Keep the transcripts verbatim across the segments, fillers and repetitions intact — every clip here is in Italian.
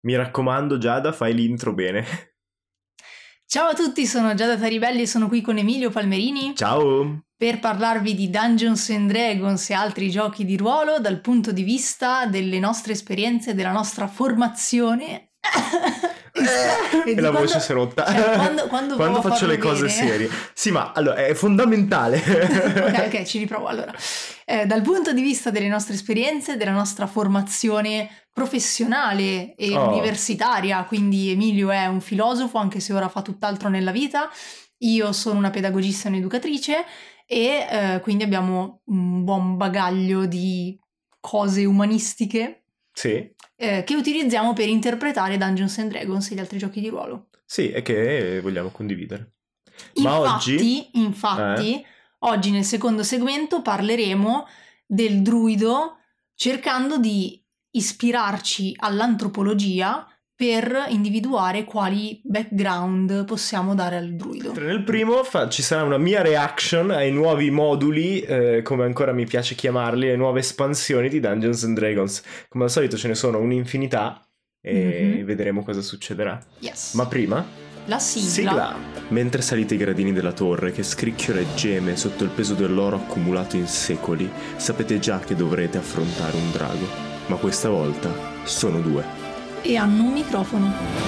Mi raccomando, Giada, fai l'intro bene. Ciao a tutti, sono Giada Taribelli e sono qui con Emilio Palmerini. Ciao! Per parlarvi di Dungeons and Dragons e altri giochi di ruolo dal punto di vista delle nostre esperienze, della nostra formazione. E, e la voce si è rotta. Cioè, quando quando, quando faccio le bene. cose serie. Sì, ma allora è fondamentale. ok, ok, ci riprovo allora. Eh, dal punto di vista delle nostre esperienze, della nostra formazione professionale e Oh. universitaria, quindi Emilio è un filosofo, anche se ora fa tutt'altro nella vita. Io sono una pedagogista e un'educatrice e eh, quindi abbiamo un buon bagaglio di cose umanistiche Sì, eh, che utilizziamo per interpretare Dungeons and Dragons e gli altri giochi di ruolo. sì, è che vogliamo condividere. Infatti, Ma oggi... infatti, Eh? oggi nel secondo segmento parleremo del druido cercando di ispirarci all'antropologia per individuare quali background possiamo dare al druido. Nel primo fa- ci sarà una mia reaction ai nuovi moduli, eh, come ancora mi piace chiamarli, le nuove espansioni di Dungeons and Dragons. Come al solito ce ne sono un'infinità e Mhm. vedremo cosa succederà. Yes. Ma prima... La sigla. Sigla. Mentre salite i gradini della torre che scricchiola e geme sotto il peso dell'oro accumulato in secoli, sapete già che dovrete affrontare un drago. Ma questa volta sono due. E hanno un microfono.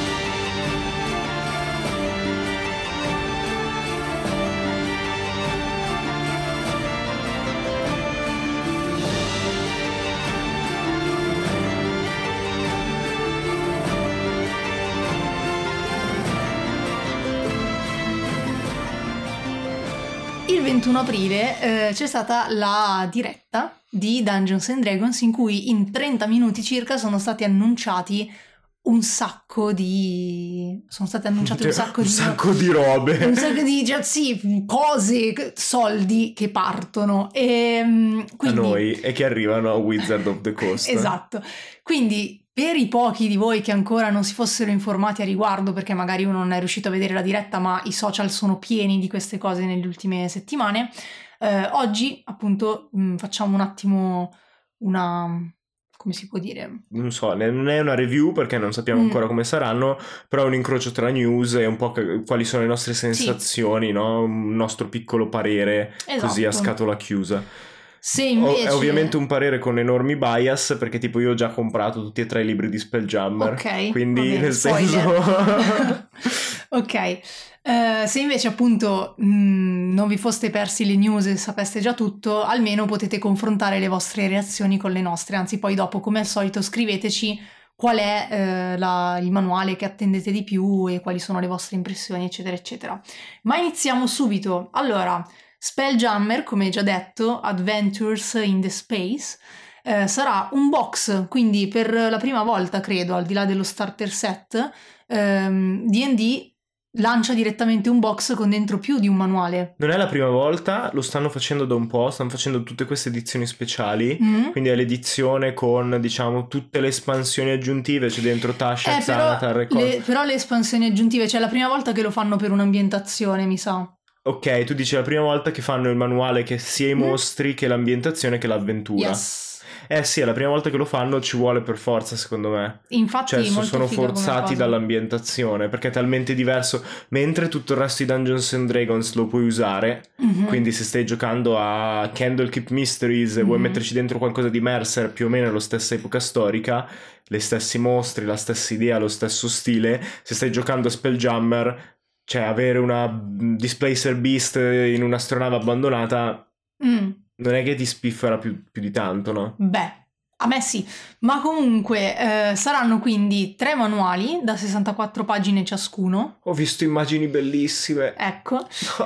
Il ventuno aprile eh, c'è stata la diretta di Dungeons and Dragons in cui in trenta minuti circa sono stati annunciati un sacco di... sono state annunciate un sacco un di... sacco di robe. un sacco di, cioè, sì, cose, soldi che partono e mm, quindi... A noi e che arrivano a Wizard of the Coast. Esatto, quindi per i pochi di voi che ancora non si fossero informati a riguardo, perché magari uno non è riuscito a vedere la diretta ma i social sono pieni di queste cose nelle ultime settimane, eh, oggi appunto mh, facciamo un attimo una... come si può dire? Non so, non è una review perché non sappiamo Mm. ancora come saranno, però è un incrocio tra news e un po' che- quali sono le nostre sensazioni, no? Un nostro piccolo parere, così a Esatto. scatola chiusa. Se O- invece... È ovviamente un parere con enormi bias perché tipo io ho già comprato tutti e tre i libri di Spelljammer, Ok, quindi va bene, nel spoiler. senso... Ok, eh, se invece appunto mh, non vi foste persi le news e sapeste già tutto, almeno potete confrontare le vostre reazioni con le nostre, anzi poi dopo come al solito scriveteci qual è eh, la- il manuale che attendete di più e quali sono le vostre impressioni eccetera eccetera. Ma iniziamo subito. Allora, Spelljammer, come già detto, Adventures in the Space, eh, sarà un box, quindi per la prima volta credo, al di là dello starter set, ehm, D and D lancia direttamente un box con dentro più di un manuale. Non è la prima volta, lo stanno facendo da un po', stanno facendo tutte queste edizioni speciali, Mm? quindi è l'edizione con, diciamo, tutte le espansioni aggiuntive, c'è dentro Tasha, Eh, però, Xanatar e cose. le, però le espansioni aggiuntive, cioè la prima volta che lo fanno per un'ambientazione, mi sa. Ok, tu dici la prima volta che fanno il manuale che sia i Mm? mostri che l'ambientazione che l'avventura. Yes. Eh sì, è la prima volta che lo fanno, ci vuole per forza secondo me. Infatti Cioè so- molto sono figa come forzati cosa. dall'ambientazione perché è talmente diverso. Mentre tutto il resto di Dungeons and Dragons lo puoi usare, Mhm. quindi se stai giocando a Candlekeep Mysteries e vuoi Mhm. metterci dentro qualcosa di Mercer più o meno alla stessa epoca storica, le stessi mostri, la stessa idea, lo stesso stile, se stai giocando a Spelljammer, cioè avere una Displacer Beast in un'astronave abbandonata Mm. non è che ti spiffera più, più di tanto, no? Beh, a me sì, ma comunque eh, saranno quindi tre manuali da sessantaquattro pagine ciascuno. Ho visto immagini bellissime. Ecco,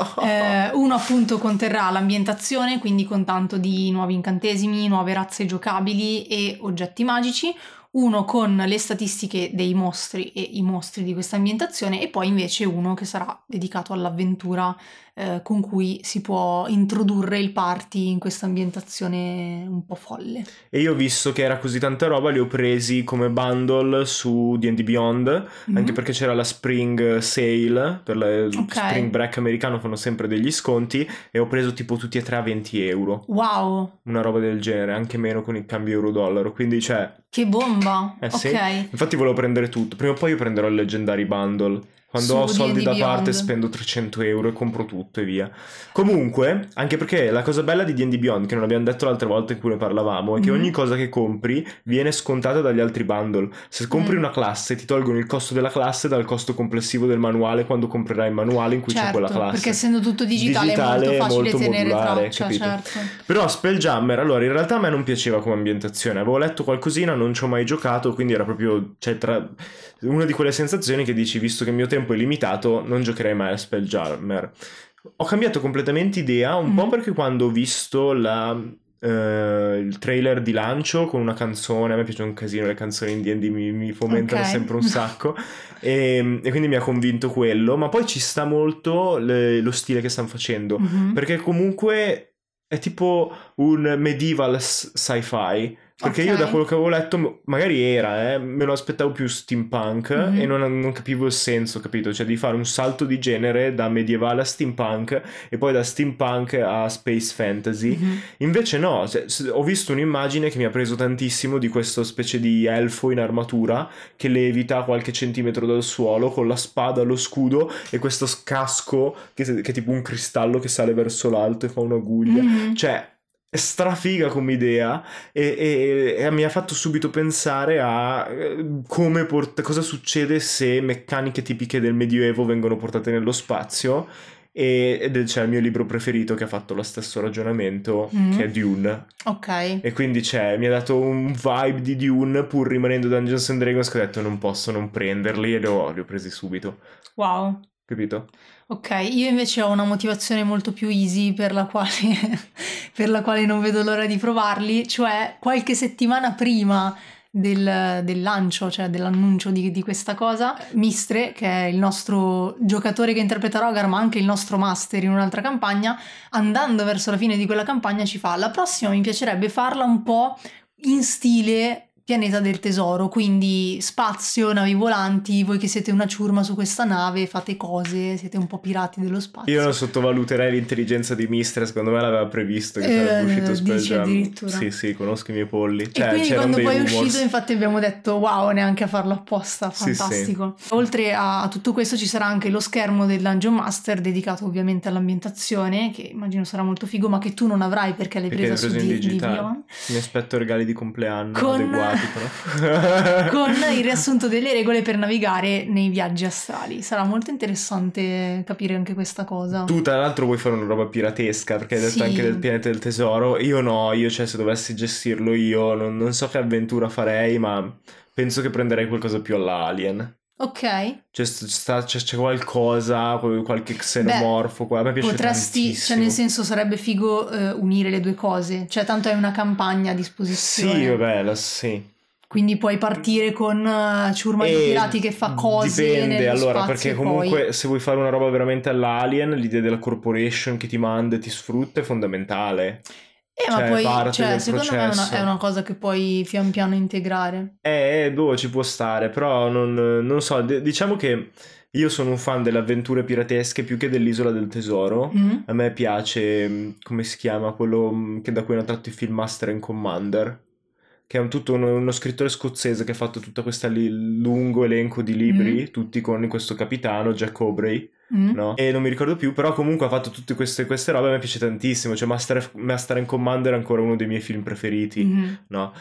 eh, uno appunto conterrà l'ambientazione, quindi con tanto di nuovi incantesimi, nuove razze giocabili e oggetti magici, uno con le statistiche dei mostri e i mostri di questa ambientazione e poi invece uno che sarà dedicato all'avventura eh, con cui si può introdurre il party in questa ambientazione un po' folle. E io ho visto che era così tanta roba, li ho presi come bundle su D and D Beyond, Mhm. anche perché c'era la Spring Sale, per la il Ok. Spring Break americano fanno sempre degli sconti, e ho preso tipo tutti e tre a venti euro, Wow, una roba del genere, anche meno con il cambio euro-dollaro, quindi cioè... che bomba! bomba. Eh, sì. Ok. Infatti volevo prendere tutto. Prima o poi io prenderò il Legendary Bundle. Quando Su ho soldi D and D da Beyond. parte spendo trecento euro e compro tutto e via. Comunque, anche perché la cosa bella di D and D Beyond, che non abbiamo detto l'altra volta in cui ne parlavamo, è che Mhm. ogni cosa che compri viene scontata dagli altri bundle. Se compri Mm. una classe ti tolgono il costo della classe dal costo complessivo del manuale quando comprerai il manuale in cui Certo, c'è quella classe. perché essendo tutto digitale, Digitale, è molto facile molto tenere modulare, traccia, capito? certo. Però Spelljammer, allora in realtà a me non piaceva come ambientazione, avevo letto qualcosina, non ci ho mai giocato, quindi era proprio, cioè, tra una di quelle sensazioni che dici, visto che il mio tempo è limitato, non giocherei mai a Spelljammer. Ho cambiato completamente idea, un Mm. po' perché quando ho visto la, eh, il trailer di lancio con una canzone, a me piacciono un casino le canzoni in D and D, mi, mi fomentano Ok. sempre un sacco, e, e quindi mi ha convinto quello, ma poi ci sta molto le- lo stile che stanno facendo, Mhm. perché comunque è tipo un medieval s- sci-fi. Perché Ok. io da quello che avevo letto, magari era, eh, me lo aspettavo più steampunk Mhm. e non, non capivo il senso, capito? Cioè di fare un salto di genere da medievale a steampunk e poi da steampunk a space fantasy. Mhm. Invece no, cioè, s- ho visto un'immagine che mi ha preso tantissimo di questa specie di elfo in armatura che levita a qualche centimetro dal suolo con la spada, lo scudo e questo casco che, che è tipo un cristallo che sale verso l'alto e fa un'aguglia. Mhm. Cioè, è strafiga come idea e, e- e mi ha fatto subito pensare a eh, come port- cosa succede se meccaniche tipiche del Medioevo vengono portate nello spazio e, ed c'è il mio libro preferito che ha fatto lo stesso ragionamento, Mm. che è Dune. Ok. E quindi c'è, mi ha dato un vibe di Dune pur rimanendo Dungeons and Dragons che ho detto non posso non prenderli e li ho, li ho presi subito, Wow. capito? Ok, io invece ho una motivazione molto più easy per la quale, per la quale non vedo l'ora di provarli, cioè qualche settimana prima del, del lancio, cioè dell'annuncio di, di questa cosa, Mistre, che è il nostro giocatore che interpreta Rogar, ma anche il nostro master in un'altra campagna, andando verso la fine di quella campagna ci fa: la prossima mi piacerebbe farla un po' in stile Pianeta del Tesoro, quindi spazio, navi volanti, voi che siete una ciurma su questa nave, fate cose, siete un po' pirati dello spazio. Io non sottovaluterei l'intelligenza di Mistre, secondo me l'aveva previsto che Eh, sarebbe uscito dici Spelljammer. addirittura. Sì, sì, conosco i miei polli. E Cioè, quindi c'erano quando dei poi è rumors. uscito, infatti, abbiamo detto wow, neanche a farlo apposta, Sì, fantastico. Oltre a, a tutto questo ci sarà anche lo schermo del Dungeon Master dedicato ovviamente all'ambientazione, che immagino sarà molto figo, ma che tu non avrai perché l'hai Perché presa l'hai su preso in D and D digitale. Beyond. Mi aspetto regali di compleanno Con- adeguati, però. Con il riassunto delle regole per navigare nei viaggi astrali. Sarà molto interessante capire anche questa cosa. Tu tra l'altro vuoi fare una roba piratesca perché hai detto Sì. anche del pianeta del tesoro. Io no, io cioè se dovessi gestirlo io non, non so che avventura farei, ma penso che prenderei qualcosa più alla Alien. Ok. Cioè sta- c'è, c'è qualcosa, qualche xenomorfo qua. A me piace Potresti, cioè tantissimo. nel senso sarebbe figo eh, unire le due cose. Cioè tanto hai una campagna a disposizione. Sì, vabbè, la- sì. Quindi puoi partire con uh, ciurma di E pirati che fa cose dipende nello allora spazio perché e comunque poi... se vuoi fare una roba veramente all'Alien l'idea della corporation che ti manda e ti sfrutta è fondamentale. Eh, ma cioè, poi, parte cioè, del secondo me è una, processo. è una cosa che puoi pian piano integrare. Eh, boh, ci può stare, però non, non so, d- diciamo che io sono un fan delle avventure piratesche più che dell'Isola del Tesoro. Mm? A me piace, mh, come si chiama, quello mh, che da cui hanno tratto i film Master and Commander, che è un, tutto uno, uno scrittore scozzese che ha fatto tutta questa li- lungo elenco di libri, tutti con questo capitano, Jack Aubrey, Mm? no? E non mi ricordo più, però comunque ha fatto tutte queste, queste robe, a me piace tantissimo, cioè Master, Master and Commander è ancora uno dei miei film preferiti, Mhm. no?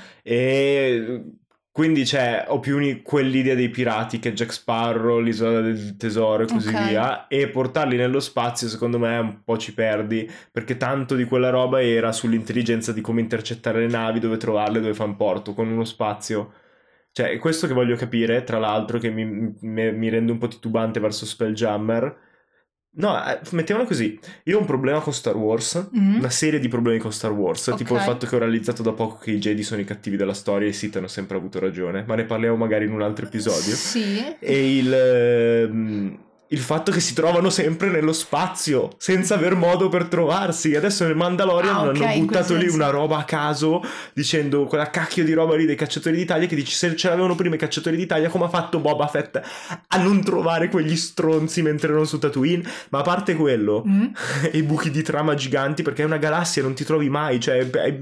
E quindi cioè ho più uni- quell'idea dei pirati che Jack Sparrow, l'Isola del Tesoro e così Ok. via, e portarli nello spazio secondo me un po' ci perdi, perché tanto di quella roba era sull'intelligenza di come intercettare le navi, dove trovarle, dove fan porto, con uno spazio. Cioè, è questo che voglio capire, tra l'altro, che mi, mi, mi rende un po' titubante verso Spelljammer. No, eh, mettiamola così, io ho un problema con Star Wars, Mm? una serie di problemi con Star Wars, Ok. tipo il fatto che ho realizzato da poco che i Jedi sono i cattivi della storia e i Sith hanno sempre avuto ragione, ma ne parliamo magari in un altro episodio. Sì. E il, ehm, il fatto che si trovano sempre nello spazio senza aver modo per trovarsi. Adesso nel Mandalorian Ah, ok, hanno in buttato quel lì senso. una roba a caso dicendo quella cacchio di roba lì dei cacciatori d'Italia, che dici se ce l'avevano prima i cacciatori d'Italia come ha fatto Boba Fett a non trovare quegli stronzi mentre erano su Tatooine. Ma a parte quello Mm? e i buchi di trama giganti, perché è una galassia, non ti trovi mai, cioè è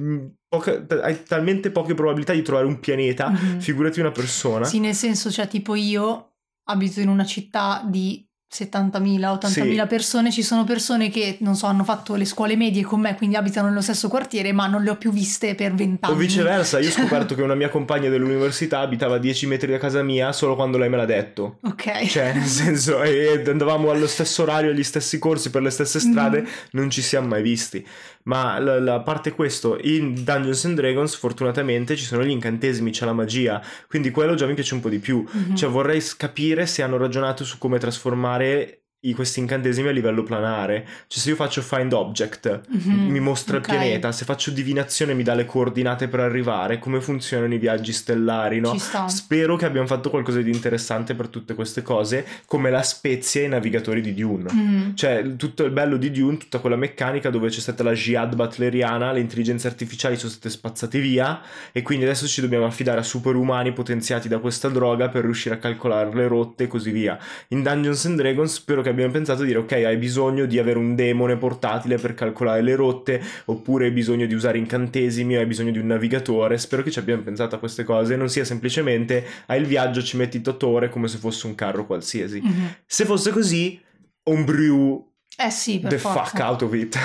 poca, hai talmente poche probabilità di trovare un pianeta, mm-hmm. figurati una persona. Sì, nel senso, cioè tipo io abito in una città di settantamila, ottantamila sì. persone, ci sono persone che, non so, hanno fatto le scuole medie con me, quindi abitano nello stesso quartiere, ma non le ho più viste per vent'anni. O viceversa, io ho scoperto che una mia compagna dell'università abitava a dieci metri da casa mia solo quando lei me l'ha detto. Ok. Cioè, nel senso, e andavamo allo stesso orario, agli stessi corsi, per le stesse strade, mm. non ci siamo mai visti. Ma la, la parte questo, in Dungeons and Dragons fortunatamente ci sono gli incantesimi, c'è la magia, quindi quello già mi piace un po' di più. Mm-hmm. Cioè vorrei capire se hanno ragionato su come trasformare i questi incantesimi a livello planare. Cioè se io faccio find object, mm-hmm. mi mostra okay. il pianeta, se faccio divinazione mi dà le coordinate per arrivare, come funzionano i viaggi stellari, no? Ci sta. Spero che abbiano fatto qualcosa di interessante per tutte queste cose, come la spezia e i navigatori di Dune. Mm-hmm. Cioè tutto il bello di Dune, tutta quella meccanica dove c'è stata la jihad butleriana, le intelligenze artificiali sono state spazzate via e quindi adesso ci dobbiamo affidare a superumani potenziati da questa droga per riuscire a calcolare le rotte e così via. In Dungeons and Dragons spero che abbiamo pensato di dire ok, hai bisogno di avere un demone portatile per calcolare le rotte, oppure hai bisogno di usare incantesimi, o hai bisogno di un navigatore. Spero che ci abbiamo pensato a queste cose e non sia semplicemente hai il viaggio, ci metti tot ore come se fosse un carro qualsiasi. Mm-hmm. Se fosse così, Homebrew eh sì, per the forza. fuck out of it.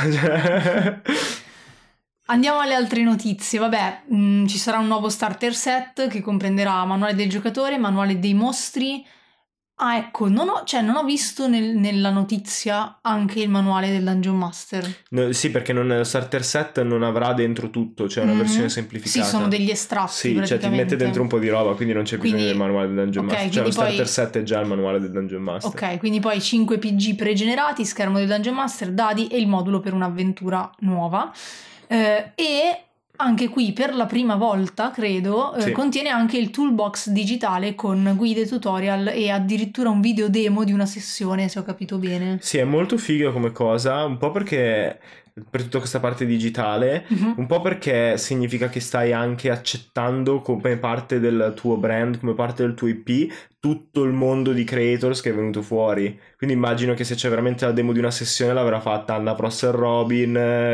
Andiamo alle altre notizie. Vabbè, mh, ci sarà un nuovo starter set che comprenderà manuale del giocatore, manuale dei mostri. Ah, ecco, non ho, cioè, non ho visto nel, nella notizia anche il manuale del Dungeon Master. No, sì, perché non, il starter set non avrà dentro tutto, cioè una mm-hmm. versione semplificata. Sì, sono degli estratti. Sì, cioè ti mette dentro un po' di roba, quindi non c'è quindi, bisogno del manuale del Dungeon okay, Master. Cioè lo poi, starter set è già il manuale del Dungeon Master. Ok, quindi poi cinque P G pregenerati, schermo del Dungeon Master, dadi e il modulo per un'avventura nuova. Eh, e anche qui per la prima volta, credo, sì. eh, contiene anche il toolbox digitale con guide, tutorial e addirittura un video demo di una sessione, se ho capito bene. Sì, è molto figo come cosa, un po' perché per tutta questa parte digitale, mm-hmm. un po' perché significa che stai anche accettando come parte del tuo brand, come parte del tuo I P, tutto il mondo di creators che è venuto fuori. Quindi immagino che se c'è veramente la demo di una sessione l'avrà fatta Anna Prosser Robin,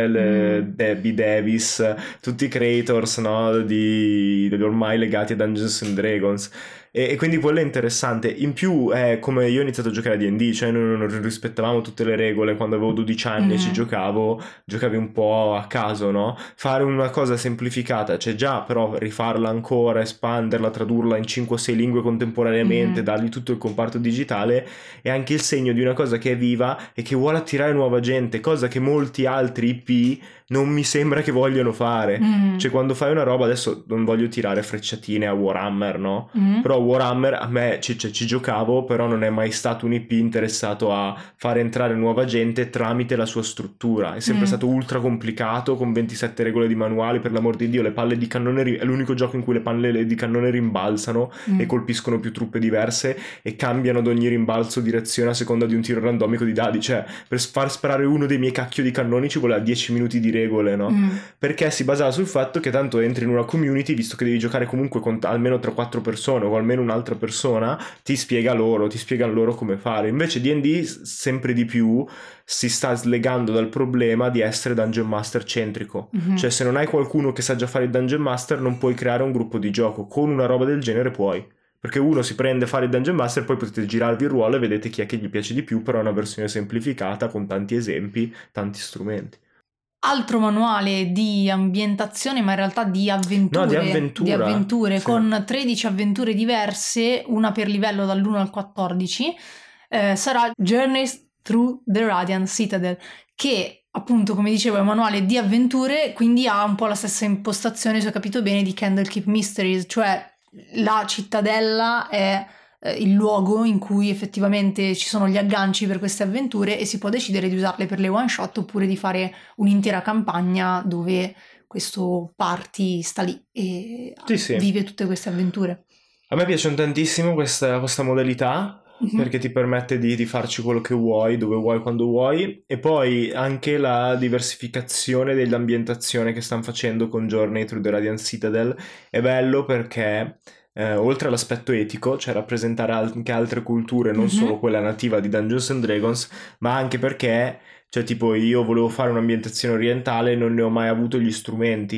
le mm. Debbie Davis, tutti i creators, no, di, di ormai legati a Dungeons and Dragons. E, e quindi quello è interessante. In più è come io ho iniziato a giocare a D and D, cioè noi non rispettavamo tutte le regole. Quando avevo dodici anni mm. e ci giocavo, giocavi un po' a caso, no? Fare una cosa semplificata, cioè già, però rifarla ancora, espanderla, tradurla in cinque o sei lingue contemporaneamente, mm. dargli tutto il comparto digitale è anche il segno di una cosa che è viva e che vuole attirare nuova gente, cosa che molti altri I P non mi sembra che vogliono fare. Mm. Cioè quando fai una roba, adesso non voglio tirare frecciatine a Warhammer, no? Mm. Però Warhammer a me ci, ci, ci giocavo, però non è mai stato un I P interessato a fare entrare nuova gente tramite la sua struttura. È sempre mm. stato ultra complicato, con ventisette regole di manuali, per l'amor di Dio. Le palle di cannone ri- è l'unico gioco in cui le palle di cannone rimbalzano mm. e colpiscono più truppe diverse e cambiano ad ogni rimbalzo direzione a seconda di un tiro randomico di dadi. Cioè per far sparare uno dei miei cacchio di cannoni ci voleva dieci minuti di regole, no? Mm. Perché si basava sul fatto che tanto entri in una community, visto che devi giocare comunque con t- almeno tre quattro persone o almeno un'altra persona, ti spiega loro, ti spiegano loro come fare. Invece D and D sempre di più si sta slegando dal problema di essere Dungeon Master centrico. Mm-hmm. Cioè se non hai qualcuno che sa già fare il Dungeon Master non puoi creare un gruppo di gioco. Con una roba del genere puoi. Perché uno si prende a fare il Dungeon Master, poi potete girarvi il ruolo e vedete chi è che gli piace di più, però è una versione semplificata con tanti esempi, tanti strumenti. Altro manuale di ambientazione, ma in realtà di avventure, no, di, avventura. di avventure sì. con tredici avventure diverse, una per livello dall'uno al quattordici, eh, sarà Journeys Through the Radiant Citadel, che appunto, come dicevo, è un manuale di avventure, quindi ha un po' la stessa impostazione, se ho capito bene, di Candlekeep Mysteries, cioè la cittadella è il luogo in cui effettivamente ci sono gli agganci per queste avventure e si può decidere di usarle per le one shot oppure di fare un'intera campagna dove questo party sta lì e sì, sì. vive tutte queste avventure. A me piace tantissimo questa, questa modalità mm-hmm. perché ti permette di, di farci quello che vuoi, dove vuoi, quando vuoi, e poi anche la diversificazione dell'ambientazione che stanno facendo con Journey Through the Radiant Citadel è bello perché Eh, oltre all'aspetto etico, cioè rappresentare anche altre culture, non mm-hmm. solo quella nativa di Dungeons and Dragons, ma anche perché, cioè tipo io volevo fare un'ambientazione orientale e non ne ho mai avuto gli strumenti,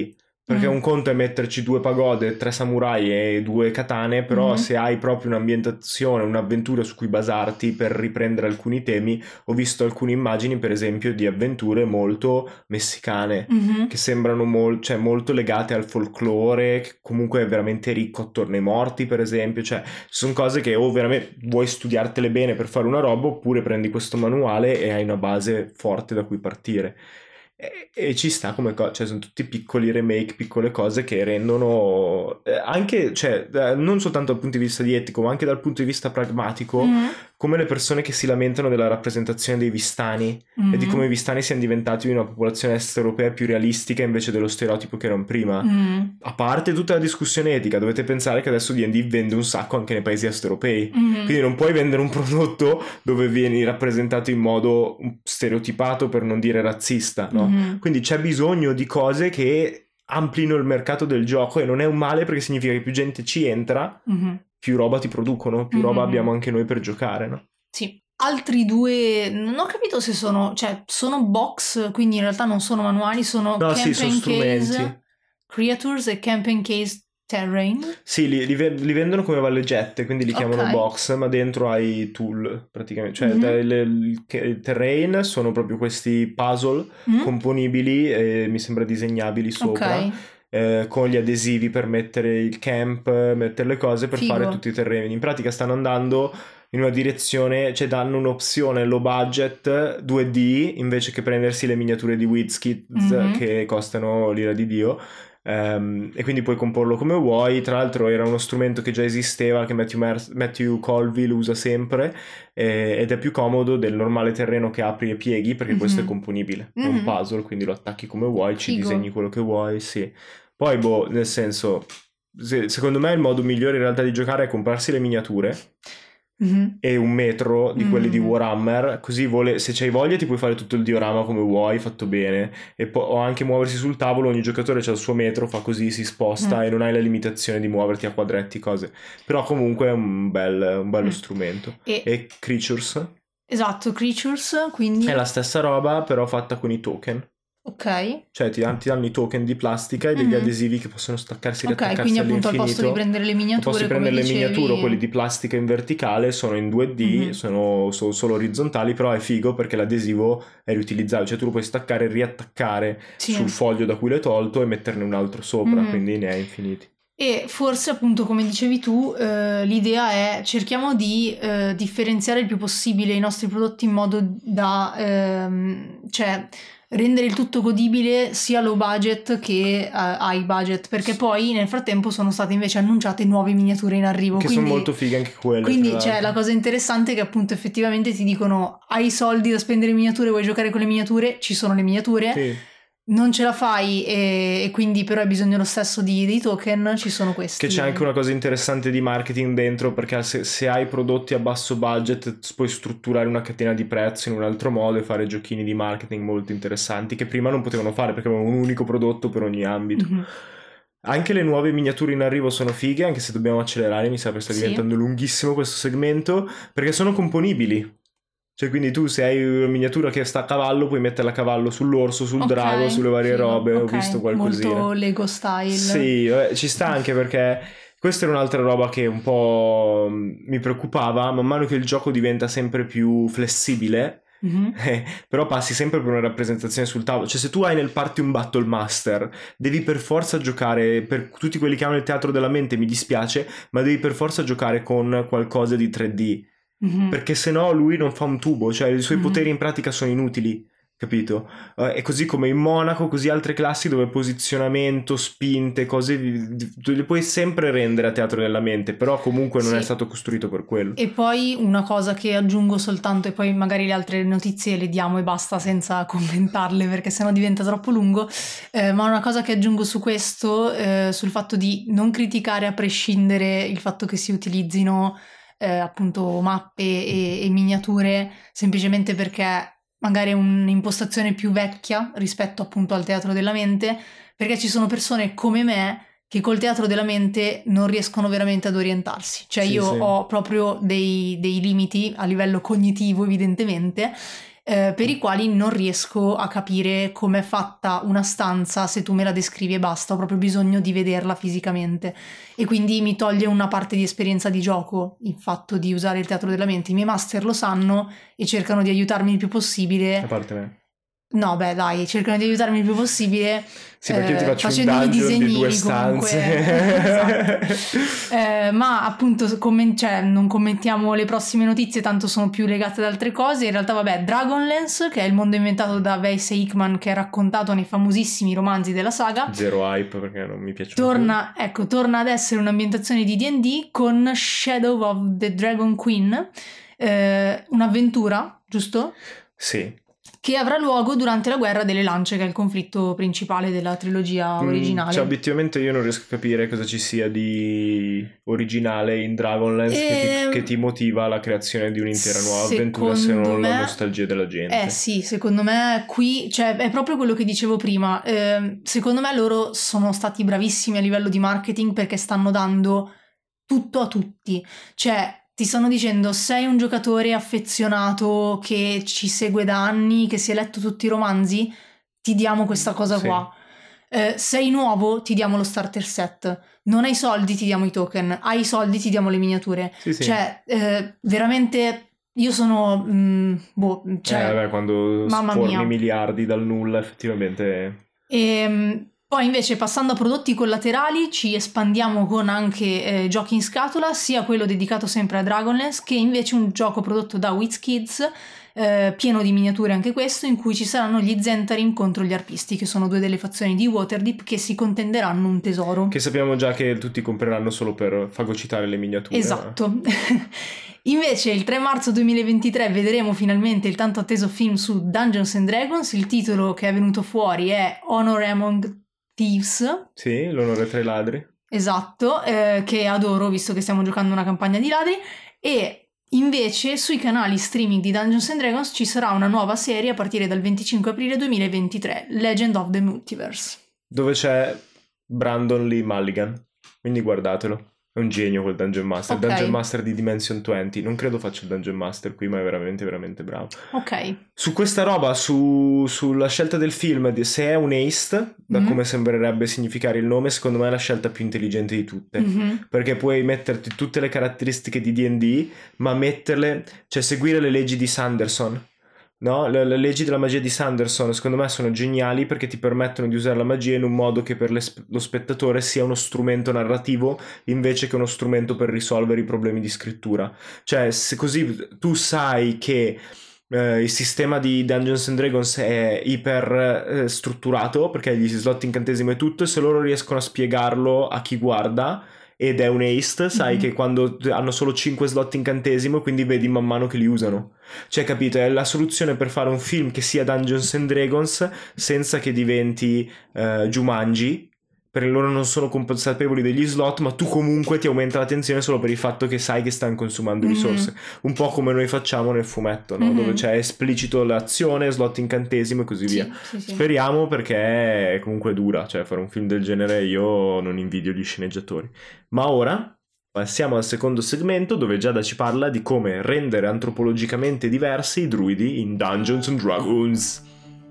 Perché Mm. un conto è metterci due pagode, tre samurai e due katane, però Mhm. se hai proprio un'ambientazione, un'avventura su cui basarti per riprendere alcuni temi, ho visto alcune immagini, per esempio, di avventure molto messicane, Mhm. che sembrano mol- cioè, molto legate al folklore, che comunque è veramente ricco attorno ai morti, per esempio. Cioè, sono cose che o veramente vuoi studiartele bene per fare una roba, oppure prendi questo manuale e hai una base forte da cui partire. E, e ci sta come cosa, cioè sono tutti piccoli remake, piccole cose che rendono eh, anche, cioè, eh, non soltanto dal punto di vista di etico, ma anche dal punto di vista pragmatico, Mhm. come le persone che si lamentano della rappresentazione dei vistani e di Mhm. come i vistani siano diventati una popolazione est-europea più realistica invece dello stereotipo che erano prima. Mhm. A parte tutta la discussione etica, dovete pensare che adesso D and D vende un sacco anche nei paesi est-europei. Mhm. Quindi non puoi vendere un prodotto dove vieni rappresentato in modo stereotipato, per non dire razzista, no? Mhm. Quindi c'è bisogno di cose che amplino il mercato del gioco, e non è un male perché significa che più gente ci entra, Mhm. più roba ti producono, più roba Mhm. abbiamo anche noi per giocare, no? Sì. Altri due, non ho capito se sono, cioè sono box, quindi in realtà non sono manuali, sono No, sì, sono Campaign Case strumenti. Creatures e Campaign Case Terrain. Sì, li, li ve- li vendono come valigette, quindi li chiamano Ok. box, ma dentro hai tool praticamente. Cioè, Mhm. le- le- il che- il terrain sono proprio questi puzzle Mm? componibili e mi sembra disegnabili sopra, Ok. eh, con gli adesivi per mettere il camp, mettere le cose per Figo. fare tutti i terreni. In pratica stanno andando in una direzione, cioè danno un'opzione low budget due D invece che prendersi le miniature di WizKids Mhm. che costano l'ira di Dio. Ehm, e quindi puoi comporlo come vuoi. Tra l'altro era uno strumento che già esisteva, che Matthew, Mer- Matthew Colville usa sempre, eh, ed è più comodo del normale terreno che apri e pieghi, perché questo è Mhm. componibile, è un Mhm. puzzle, quindi lo attacchi come vuoi, ci Figo. disegni quello che vuoi, sì. Poi boh, nel senso, se- secondo me il modo migliore in realtà di giocare è comprarsi le miniature Mhm. e un metro di quelli di Mm. Warhammer, così vole- se c'hai voglia ti puoi fare tutto il diorama come vuoi, fatto bene, e poi o anche muoversi sul tavolo, ogni giocatore c'ha il suo metro, fa così, si sposta, Mm. e non hai la limitazione di muoverti a quadretti, cose. Però comunque è un, bel, un bello Mm. strumento. E- E Creatures Esatto, Creatures, quindi... è la stessa roba, però fatta con i token. Ok. Cioè ti, dan- ti danno i token di plastica e degli Mhm. adesivi che possono staccarsi e Ok, riattaccarsi quindi appunto al all'infinito. posto di prendere le Al miniature, posto di come prendere le dicevi... miniature o quelli di plastica in verticale, sono in due D, Mhm. sono, sono solo orizzontali, però è figo perché l'adesivo è riutilizzabile, cioè tu lo puoi staccare e riattaccare Sì. sul foglio da cui l'hai tolto e metterne un altro sopra, Mhm. quindi ne hai infiniti. E forse appunto come dicevi tu, eh, l'idea è cerchiamo di eh, differenziare il più possibile i nostri prodotti in modo da ehm, cioè rendere il tutto godibile sia low budget che eh, high budget, perché poi nel frattempo sono state invece annunciate nuove miniature in arrivo, Che quindi, sono molto fighe anche quelle. quindi tra cioè, l'altro. la cosa interessante è che appunto effettivamente ti dicono hai i soldi da spendere in miniature, vuoi giocare con le miniature, ci sono le miniature. Sì. Non ce la fai e, e quindi però hai bisogno lo stesso di, dei token, ci sono questi. Che c'è anche una cosa interessante di marketing dentro, perché se, se hai prodotti a basso budget puoi strutturare una catena di prezzo in un altro modo e fare giochini di marketing molto interessanti che prima non potevano fare perché avevano un unico prodotto per ogni ambito. Mhm. Anche le nuove miniature in arrivo sono fighe, anche se dobbiamo accelerare, mi sa che sta Sì. diventando lunghissimo questo segmento, perché sono componibili. Cioè, quindi tu se hai una miniatura che sta a cavallo, puoi metterla a cavallo sull'orso, sul Ok, drago, sulle varie figo, robe, ho ok, visto qualcosina. molto Lego style. Sì, vabbè, ci sta anche perché questa era un'altra roba che un po' mi preoccupava. Man mano che il gioco diventa sempre più flessibile, Mhm. eh, però passi sempre per una rappresentazione sul tavolo. Cioè, se tu hai nel party un Battle Master, devi per forza giocare, per tutti quelli che hanno il teatro della mente mi dispiace, ma devi per forza giocare con qualcosa di tre D, Mhm. perché se no lui non fa un tubo, cioè i suoi Mhm. poteri in pratica sono inutili, capito? Eh, e così come in Monaco, così altre classi dove posizionamento, spinte, cose di- di- tu le puoi sempre rendere a teatro della mente, però comunque non Sì. è stato costruito per quello. E poi una cosa che aggiungo soltanto, e poi magari le altre notizie le diamo e basta senza commentarle perché sennò diventa troppo lungo, eh, ma una cosa che aggiungo su questo, eh, sul fatto di non criticare a prescindere il fatto che si utilizzino eh, appunto mappe e, e miniature semplicemente perché magari è un'impostazione più vecchia rispetto appunto al teatro della mente, perché ci sono persone come me che col teatro della mente non riescono veramente ad orientarsi. Cioè Sì, io sì. ho proprio dei, dei limiti a livello cognitivo evidentemente eh, per i quali non riesco a capire com'è fatta una stanza se tu me la descrivi e basta, ho proprio bisogno di vederla fisicamente e quindi mi toglie una parte di esperienza di gioco il fatto di usare il teatro della mente. I miei master lo sanno e cercano di aiutarmi il più possibile. A parte me. No, beh, dai, cercano di aiutarmi il più possibile. Sì, perché io ti eh, faccio un dungeon di due stanze. Esatto. eh, ma appunto commen- cioè, non commentiamo le prossime notizie, tanto sono più legate ad altre cose. In realtà, vabbè, Dragonlance, che è il mondo inventato da Weiss e Hickman, che è raccontato nei famosissimi romanzi della saga. Zero hype, perché non mi piace. Torna, ecco, torna ad essere un'ambientazione di D and D con Shadow of the Dragon Queen, eh, un'avventura, giusto? Sì. Che avrà luogo durante la Guerra delle Lance, che è il conflitto principale della trilogia originale. Mm, cioè, obiettivamente io non riesco a capire cosa ci sia di originale in Dragonlance e... che, ti, che ti motiva alla creazione di un'intera nuova avventura se non me... la nostalgia della gente. Eh sì, secondo me qui, cioè è proprio quello che dicevo prima, eh, secondo me loro sono stati bravissimi a livello di marketing perché stanno dando tutto a tutti, cioè ti stanno dicendo sei un giocatore affezionato che ci segue da anni, che si è letto tutti i romanzi, ti diamo questa cosa sì. qua. Eh, sei nuovo, ti diamo lo starter set. Non hai soldi, ti diamo i token. Hai i soldi, ti diamo le miniature. Sì, sì. Cioè, eh, veramente io sono... Mh, boh, cioè, eh, vabbè, quando mamma sporni mia. miliardi dal nulla, effettivamente... E... Poi invece passando a prodotti collaterali ci espandiamo con anche eh, giochi in scatola, sia quello dedicato sempre a Dragonlance che invece un gioco prodotto da WizKids, eh, pieno di miniature anche questo, in cui ci saranno gli Zentarim contro gli Arpisti, che sono due delle fazioni di Waterdeep che si contenderanno un tesoro. Che sappiamo già che tutti compreranno solo per fagocitare le miniature. Esatto. Invece il tre marzo duemilaventitré vedremo finalmente il tanto atteso film su Dungeons and Dragons. Il titolo che è venuto fuori è Honor Among Thieves. Sì, l'onore tra i ladri. Esatto, eh, che adoro visto che stiamo giocando una campagna di ladri. E invece sui canali streaming di Dungeons and Dragons ci sarà una nuova serie a partire dal venticinque aprile duemilaventitré, Legend of the Multiverse, dove c'è Brandon Lee Mulligan, quindi guardatelo. È un genio quel Dungeon Master, okay. Dungeon Master di Dimension venti. Non credo faccia il Dungeon Master qui, ma è veramente veramente bravo. Ok. Su questa roba, su, sulla scelta del film, se è un haste, da mm-hmm. come sembrerebbe significare il nome, secondo me è la scelta più intelligente di tutte. Mm-hmm. Perché puoi metterti tutte le caratteristiche di D and D, ma metterle, cioè seguire le leggi di Sanderson. No, le, le leggi della magia di Sanderson secondo me sono geniali perché ti permettono di usare la magia in un modo che per le, lo spettatore sia uno strumento narrativo invece che uno strumento per risolvere i problemi di scrittura. Cioè, se così tu sai che eh, il sistema di Dungeons and Dragons è iper eh, strutturato perché hai gli slot incantesimo e tutto, e se loro riescono a spiegarlo a chi guarda ed è un haste, sai mm-hmm. che quando hanno solo cinque slot incantesimo, quindi vedi man mano che li usano. Cioè, capito? È la soluzione per fare un film che sia Dungeons and Dragons senza che diventi uh, Jumanji, perché loro non sono consapevoli degli slot, ma tu comunque ti aumenta la tensione solo per il fatto che sai che stanno consumando mm-hmm. risorse. Un po' come noi facciamo nel fumetto, no? Mm-hmm. Dove c'è esplicito l'azione, slot incantesimo e così sì, via. Sì, sì. Speriamo, perché è comunque dura, cioè fare un film del genere io non invidio gli sceneggiatori. Ma ora passiamo al secondo segmento, dove Giada ci parla di come rendere antropologicamente diversi i druidi in Dungeons and Dragons.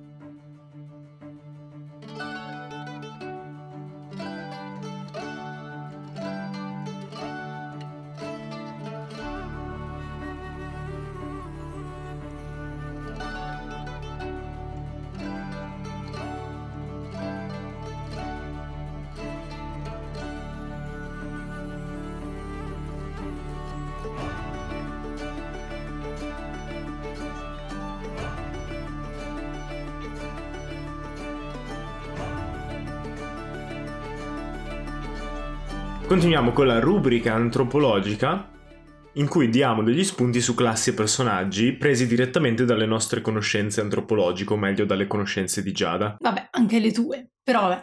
Continuiamo con la rubrica antropologica, in cui diamo degli spunti su classi e personaggi presi direttamente dalle nostre conoscenze antropologiche, o meglio dalle conoscenze di Giada. Vabbè, anche le tue, però vabbè.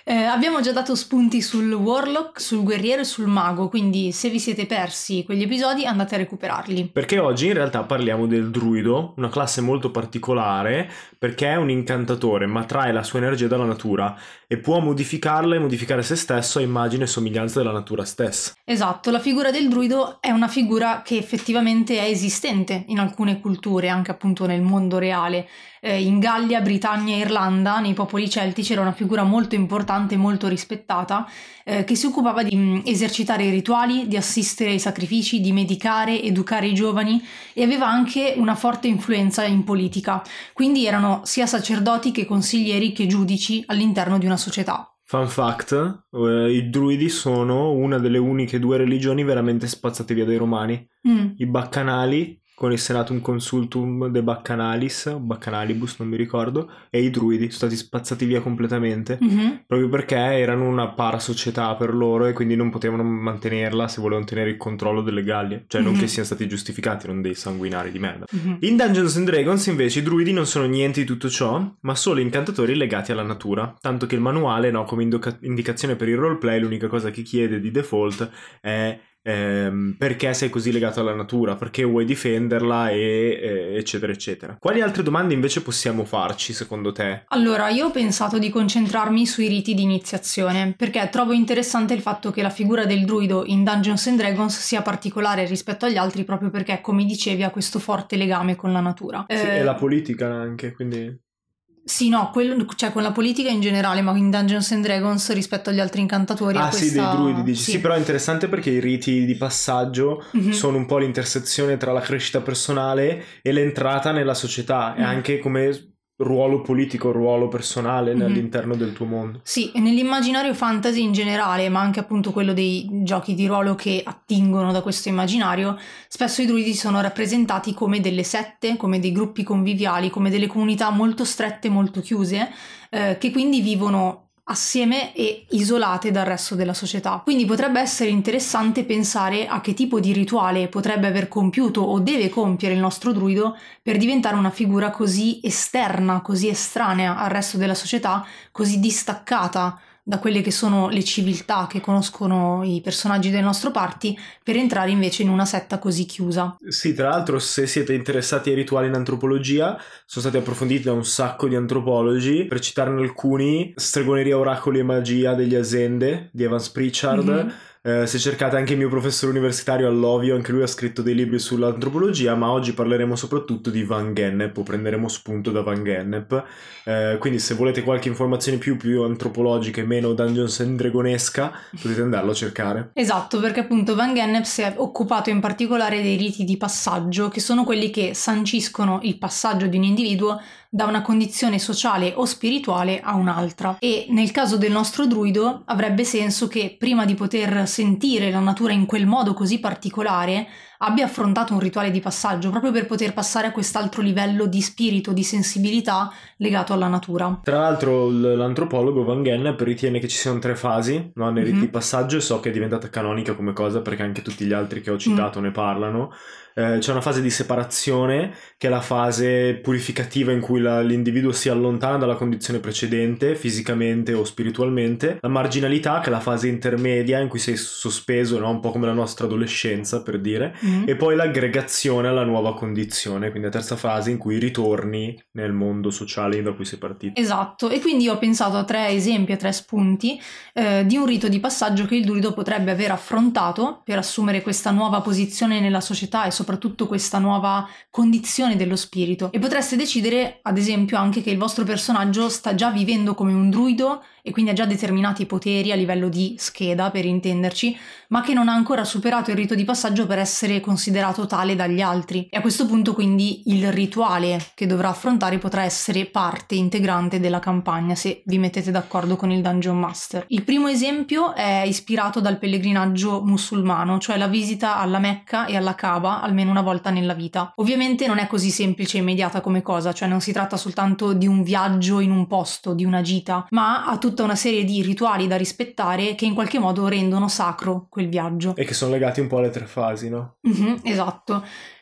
Eh, abbiamo già dato spunti sul warlock, sul guerriero e sul mago, quindi se vi siete persi quegli episodi andate a recuperarli. Perché oggi in realtà parliamo del druido, una classe molto particolare, perché è un incantatore, ma trae la sua energia dalla natura e può modificarla e modificare se stesso a immagine e somiglianza della natura stessa. Esatto, la figura del druido è una figura che effettivamente è esistente in alcune culture, anche appunto nel mondo reale. Eh, in Gallia, Britannia e Irlanda, nei popoli celtici, era una figura molto importante, molto rispettata, eh, che si occupava di mh, esercitare i rituali, di assistere ai sacrifici, di medicare, educare i giovani e aveva anche una forte influenza in politica. Quindi erano sia sacerdoti che consiglieri che giudici all'interno di una società. Fun fact, eh, i druidi sono una delle uniche due religioni veramente spazzate via dai romani. Mm. I baccanali, con il Senatum Consultum de Baccanalis, Baccanalibus, non mi ricordo, e i druidi sono stati spazzati via completamente, Mm-hmm. proprio perché erano una parasocietà per loro e quindi non potevano mantenerla se volevano tenere il controllo delle Gallie, cioè non Mhm. che siano stati giustificati, non dei sanguinari di merda. Mm-hmm. In Dungeons and Dragons invece i druidi non sono niente di tutto ciò, ma solo incantatori legati alla natura, tanto che il manuale, no, come indica- indicazione per il roleplay, l'unica cosa che chiede di default è ehm, perché sei così legato alla natura, perché vuoi difenderla e eh, eccetera eccetera. Quali altre domande invece possiamo farci secondo te? Allora, io ho pensato di concentrarmi sui riti di iniziazione, perché trovo interessante il fatto che la figura del druido in Dungeons and Dragons sia particolare rispetto agli altri, proprio perché, come dicevi, ha questo forte legame con la natura. Sì, Eh, e la politica anche, quindi... Sì, no, quello, cioè con la politica in generale, ma in Dungeons and Dragons rispetto agli altri incantatori. Ah ha sì, questa... dei druidi dici. Sì. Sì, però è interessante perché i riti di passaggio Mhm. sono un po' l'intersezione tra la crescita personale e l'entrata nella società, e Mm. anche come ruolo politico, ruolo personale Mhm. all'interno del tuo mondo. Sì, e nell'immaginario fantasy in generale, ma anche appunto quello dei giochi di ruolo che attingono da questo immaginario, spesso i druidi sono rappresentati come delle sette, come dei gruppi conviviali, come delle comunità molto strette, molto chiuse, eh, che quindi vivono assieme e isolate dal resto della società. Quindi potrebbe essere interessante pensare a che tipo di rituale potrebbe aver compiuto o deve compiere il nostro druido per diventare una figura così esterna, così estranea al resto della società, così distaccata da quelle che sono le civiltà che conoscono i personaggi del nostro party, per entrare invece in una setta così chiusa. Sì, tra l'altro, se siete interessati ai rituali in antropologia, sono stati approfonditi da un sacco di antropologi. Per citarne alcuni, Stregoneria, Oracoli e Magia degli Asende di Evans Pritchard. Mhm. Eh, se cercate anche il mio professore universitario Allovio, anche lui ha scritto dei libri sull'antropologia, ma oggi parleremo soprattutto di Van Gennep, o prenderemo spunto da Van Gennep. Eh, quindi se volete qualche informazione più, più antropologica e meno Dungeons and Dragonesca, potete andarlo a cercare. Esatto, perché appunto Van Gennep si è occupato in particolare dei riti di passaggio, che sono quelli che sanciscono il passaggio di un individuo da una condizione sociale o spirituale a un'altra. E nel caso del nostro druido avrebbe senso che prima di poter sentire la natura in quel modo così particolare abbia affrontato un rituale di passaggio proprio per poter passare a quest'altro livello di spirito, di sensibilità legato alla natura. Tra l'altro l- l'antropologo Van Gennep ritiene che ci siano tre fasi, no, nei riti Mhm. di passaggio, e so che è diventata canonica come cosa perché anche tutti gli altri che ho citato ne parlano. Eh, c'è una fase di separazione, che è la fase purificativa in cui la- l'individuo si allontana dalla condizione precedente, fisicamente o spiritualmente. La marginalità, che è la fase intermedia in cui sei sospeso, no? Un po' come la nostra adolescenza, per dire. Mhm. E poi l'aggregazione alla nuova condizione, quindi la terza fase in cui ritorni nel mondo sociale da cui sei partito. Esatto, e quindi ho pensato a tre esempi, a tre spunti eh, di un rito di passaggio che il druido potrebbe aver affrontato per assumere questa nuova posizione nella società e soprattutto questa nuova condizione dello spirito. E potreste decidere, ad esempio, anche che il vostro personaggio sta già vivendo come un druido e quindi ha già determinati poteri a livello di scheda, per intenderci, ma che non ha ancora superato il rito di passaggio per essere considerato tale dagli altri. E a questo punto quindi il rituale che dovrà affrontare potrà essere parte integrante della campagna, se vi mettete d'accordo con il Dungeon Master. Il primo esempio è ispirato dal pellegrinaggio musulmano, cioè la visita alla Mecca e alla Kaaba almeno una volta nella vita. Ovviamente non è così semplice e immediata come cosa, cioè non si tratta soltanto di un viaggio in un posto, di una gita, ma ha tutta una serie di rituali da rispettare che in qualche modo rendono sacro quel viaggio. E che sono legati un po' alle tre fasi, no? Mhm, esatto.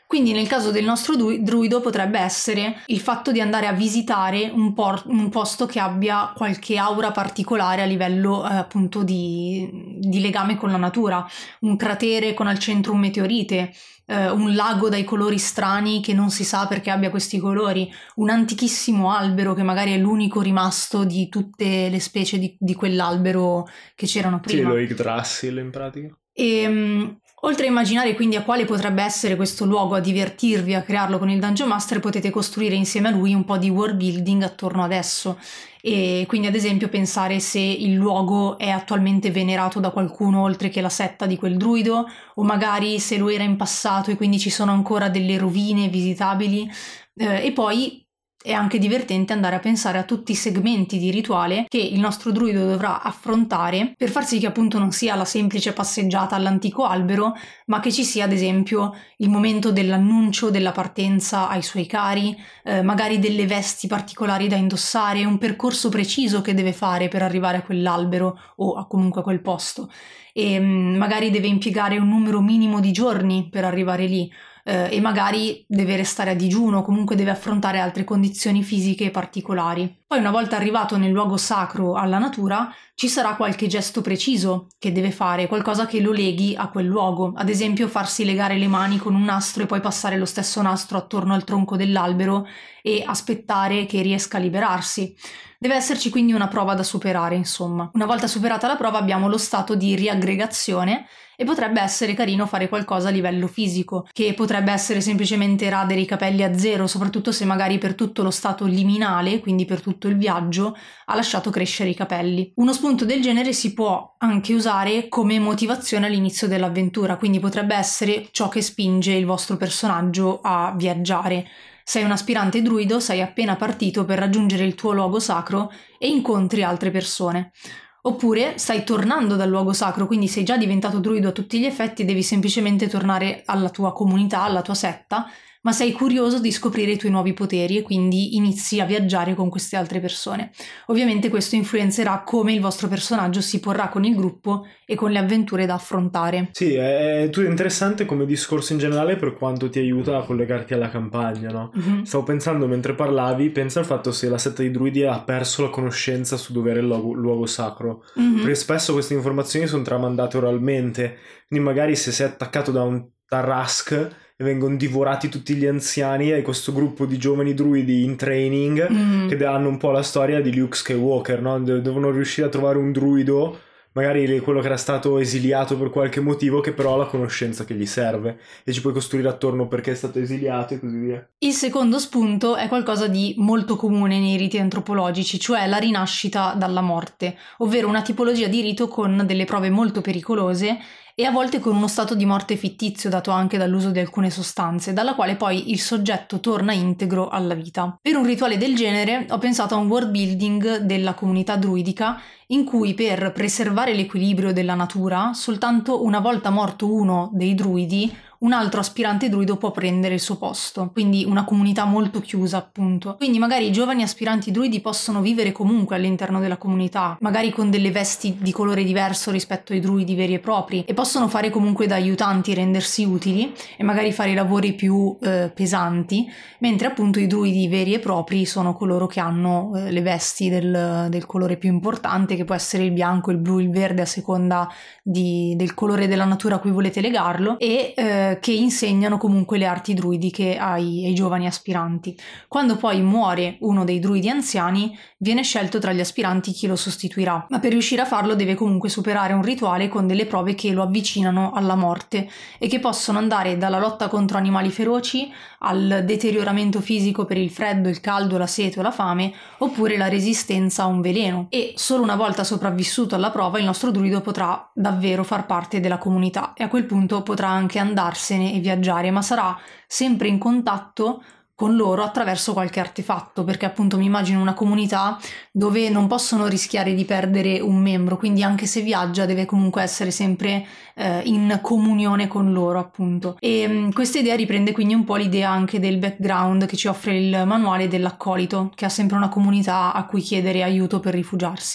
Quindi nel caso del nostro druido potrebbe essere il fatto di andare a visitare un, por- un posto che abbia qualche aura particolare a livello eh, appunto di, di legame con la natura, un cratere con al centro un meteorite, eh, un lago dai colori strani che non si sa perché abbia questi colori, un antichissimo albero che magari è l'unico rimasto di tutte le specie di, di quell'albero che c'erano prima. Sì, lo Yggdrasil in pratica. E um, oltre a immaginare quindi a quale potrebbe essere questo luogo, a divertirvi a crearlo con il Dungeon Master, potete costruire insieme a lui un po' di world building attorno ad esso, e quindi ad esempio pensare se il luogo è attualmente venerato da qualcuno oltre che la setta di quel druido, o magari se lo era in passato e quindi ci sono ancora delle rovine visitabili, eh, e poi è anche divertente andare a pensare a tutti i segmenti di rituale che il nostro druido dovrà affrontare per far sì che appunto non sia la semplice passeggiata all'antico albero, ma che ci sia ad esempio il momento dell'annuncio della partenza ai suoi cari, eh, magari delle vesti particolari da indossare, un percorso preciso che deve fare per arrivare a quell'albero o a comunque a quel posto, e mh, magari deve impiegare un numero minimo di giorni per arrivare lì. Eh, e magari deve restare a digiuno, comunque deve affrontare altre condizioni fisiche particolari. Poi una volta arrivato nel luogo sacro alla natura ci sarà qualche gesto preciso che deve fare, qualcosa che lo leghi a quel luogo, ad esempio farsi legare le mani con un nastro e poi passare lo stesso nastro attorno al tronco dell'albero e aspettare che riesca a liberarsi. Deve esserci quindi una prova da superare, insomma. Una volta superata la prova abbiamo lo stato di riaggregazione e potrebbe essere carino fare qualcosa a livello fisico, che potrebbe essere semplicemente radere i capelli a zero, soprattutto se magari per tutto lo stato liminale, quindi per tutto il viaggio, ha lasciato crescere i capelli. Uno spunto del genere si può anche usare come motivazione all'inizio dell'avventura, quindi potrebbe essere ciò che spinge il vostro personaggio a viaggiare. Sei un aspirante druido, sei appena partito per raggiungere il tuo luogo sacro e incontri altre persone. Oppure stai tornando dal luogo sacro, quindi sei già diventato druido a tutti gli effetti, devi semplicemente tornare alla tua comunità, alla tua setta, ma sei curioso di scoprire i tuoi nuovi poteri e quindi inizi a viaggiare con queste altre persone. Ovviamente questo influenzerà come il vostro personaggio si porrà con il gruppo e con le avventure da affrontare. Sì, è, è interessante come discorso in generale per quanto ti aiuta a collegarti alla campagna, no? Mm-hmm. Stavo pensando mentre parlavi, pensa al fatto se la setta di druidi ha perso la conoscenza su dove era il luogo, luogo sacro, mm-hmm. perché spesso queste informazioni sono tramandate oralmente, quindi magari se sei attaccato da un Tarrasque e vengono divorati tutti gli anziani e questo gruppo di giovani druidi in training mm. che hanno un po' la storia di Luke Skywalker, no? De- devono riuscire a trovare un druido, magari quello che era stato esiliato per qualche motivo, che però ha la conoscenza che gli serve e ci puoi costruire attorno perché è stato esiliato e così via. Il secondo spunto è qualcosa di molto comune nei riti antropologici, cioè la rinascita dalla morte, ovvero una tipologia di rito con delle prove molto pericolose e a volte con uno stato di morte fittizio dato anche dall'uso di alcune sostanze, dalla quale poi il soggetto torna integro alla vita. Per un rituale del genere ho pensato a un world building della comunità druidica in cui per preservare l'equilibrio della natura, soltanto una volta morto uno dei druidi, un altro aspirante druido può prendere il suo posto, quindi una comunità molto chiusa appunto. Quindi magari i giovani aspiranti druidi possono vivere comunque all'interno della comunità, magari con delle vesti di colore diverso rispetto ai druidi veri e propri, e possono fare comunque da aiutanti, rendersi utili e magari fare i lavori più eh, pesanti, mentre appunto i druidi veri e propri sono coloro che hanno eh, le vesti del, del colore più importante, che può essere il bianco, il blu, il verde a seconda di, del colore della natura a cui volete legarlo, e eh, che insegnano comunque le arti druidiche ai, ai giovani aspiranti. Quando poi muore uno dei druidi anziani, viene scelto tra gli aspiranti chi lo sostituirà, ma per riuscire a farlo deve comunque superare un rituale con delle prove che lo avvicinano alla morte e che possono andare dalla lotta contro animali feroci al deterioramento fisico per il freddo, il caldo, la sete o la fame, oppure la resistenza a un veleno. E solo una volta sopravvissuto alla prova il nostro druido potrà davvero far parte della comunità e a quel punto potrà anche andarsene e viaggiare, ma sarà sempre in contatto con loro attraverso qualche artefatto, perché appunto mi immagino una comunità dove non possono rischiare di perdere un membro, quindi anche se viaggia deve comunque essere sempre eh, in comunione con loro appunto. E mh, questa idea riprende quindi un po' l'idea anche del background che ci offre il manuale dell'accolito, che ha sempre una comunità a cui chiedere aiuto per rifugiarsi.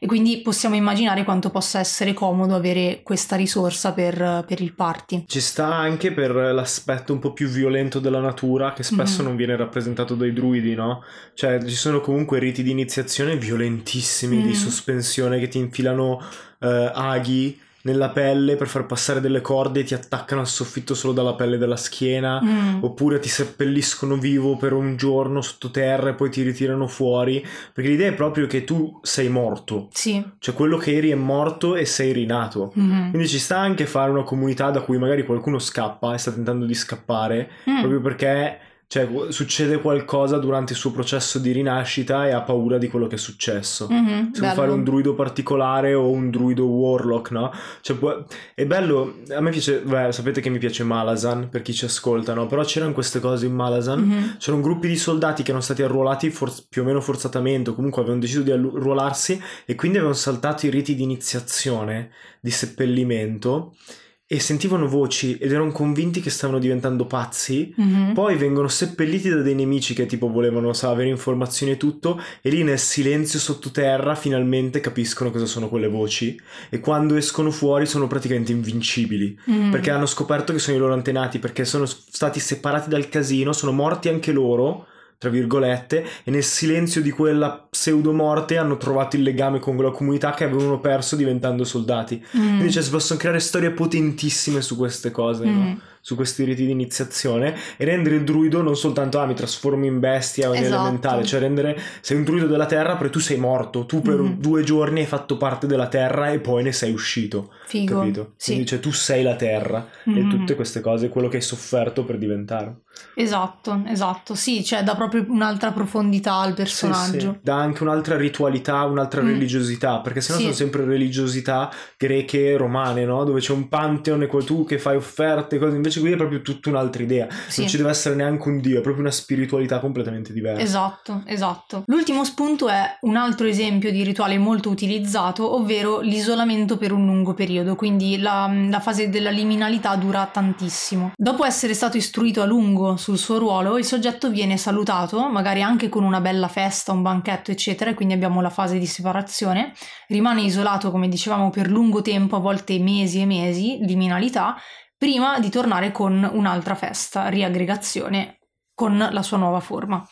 e quindi possiamo immaginare quanto possa essere comodo avere questa risorsa per, per il party. Ci sta anche per l'aspetto un po' più violento della natura, che spesso mm-hmm. non viene rappresentato dai druidi, no? Cioè ci sono comunque riti di iniziazione violentissimi, mm-hmm. di sospensione, che ti infilano eh, aghi nella pelle per far passare delle corde e ti attaccano al soffitto solo dalla pelle della schiena, mm. oppure ti seppelliscono vivo per un giorno sottoterra e poi ti ritirano fuori, perché l'idea è proprio che tu sei morto, sì. cioè quello che eri è morto e sei rinato, mm. quindi ci sta anche fare una comunità da cui magari qualcuno scappa e sta tentando di scappare, mm. proprio perché cioè succede qualcosa durante il suo processo di rinascita e ha paura di quello che è successo. Mm-hmm, se vuoi fare un druido particolare o un druido warlock, no? Cioè può... è bello, a me piace, beh, sapete che mi piace Malazan per chi ci ascolta, no? Però c'erano queste cose in Malazan, mm-hmm. c'erano gruppi di soldati che erano stati arruolati for- più o meno forzatamente, o comunque avevano deciso di arruolarsi e quindi avevano saltato i riti di iniziazione, di seppellimento, e sentivano voci ed erano convinti che stavano diventando pazzi, mm-hmm. poi vengono seppelliti da dei nemici che tipo volevano sa, avere informazioni e tutto, e lì nel silenzio sottoterra finalmente capiscono cosa sono quelle voci, e quando escono fuori sono praticamente invincibili, mm-hmm. perché hanno scoperto che sono i loro antenati, perché sono stati separati dal casino, sono morti anche loro, tra virgolette, e nel silenzio di quella pseudo morte hanno trovato il legame con quella comunità che avevano perso diventando soldati. Mm. Quindi cioè, si possono creare storie potentissime su queste cose, mm. no? Su questi riti di iniziazione, e rendere il druido non soltanto ah mi trasformo in bestia o in esatto. elementale, cioè rendere sei un druido della terra, però tu sei morto, tu per mm. due giorni hai fatto parte della terra e poi ne sei uscito. Figo. Capito? Sì. Quindi cioè tu sei la terra, mm. e tutte queste cose, quello che hai sofferto per diventare. Esatto, esatto, sì, cioè dà proprio un'altra profondità al personaggio. Sì, sì. Dà anche un'altra ritualità, un'altra mm. religiosità, perché sennò sì. sono sempre religiosità greche, romane, no? Dove c'è un pantheon e tu che fai offerte, cose. Invece qui è proprio tutta un'altra idea, sì. non ci deve essere neanche un dio, è proprio una spiritualità completamente diversa. Esatto, esatto. L'ultimo spunto è un altro esempio di rituale molto utilizzato, ovvero l'isolamento per un lungo periodo, quindi la, la fase della liminalità dura tantissimo. Dopo essere stato istruito a lungo sul suo ruolo, il soggetto viene salutato, magari anche con una bella festa, un banchetto eccetera, e quindi abbiamo la fase di separazione, rimane isolato come dicevamo per lungo tempo, a volte mesi e mesi, liminalità, prima di tornare con un'altra festa, riaggregazione con la sua nuova forma.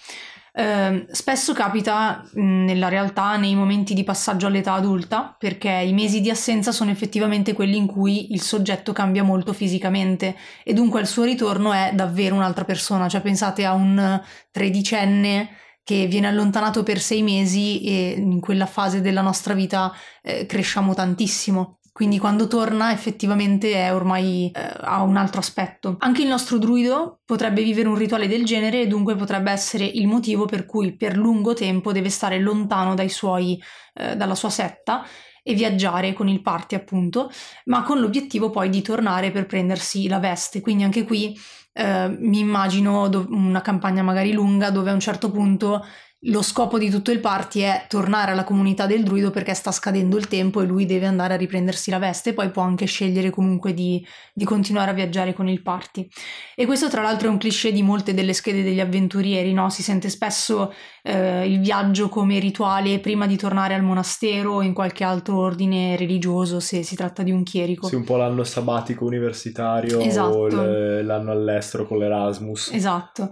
Eh, spesso capita mh, nella realtà nei momenti di passaggio all'età adulta, perché i mesi di assenza sono effettivamente quelli in cui il soggetto cambia molto fisicamente e dunque al suo ritorno è davvero un'altra persona. Cioè pensate a un tredicenne che viene allontanato per sei mesi e in quella fase della nostra vita eh, cresciamo tantissimo. Quindi quando torna effettivamente è ormai eh, ha un altro aspetto. Anche il nostro druido potrebbe vivere un rituale del genere e dunque potrebbe essere il motivo per cui per lungo tempo deve stare lontano dai suoi, eh, dalla sua setta e viaggiare con il party appunto, ma con l'obiettivo poi di tornare per prendersi la veste. Quindi anche qui eh, mi immagino do- una campagna magari lunga dove a un certo punto lo scopo di tutto il party è tornare alla comunità del druido perché sta scadendo il tempo e lui deve andare a riprendersi la veste, e poi può anche scegliere comunque di, di continuare a viaggiare con il party. E questo tra l'altro è un cliché di molte delle schede degli avventurieri, no? Si sente spesso eh, il viaggio come rituale prima di tornare al monastero o in qualche altro ordine religioso, se si tratta di un chierico. Sì, un po' l'anno sabbatico universitario, esatto. o il, l'anno all'estero con l'Erasmus. Esatto.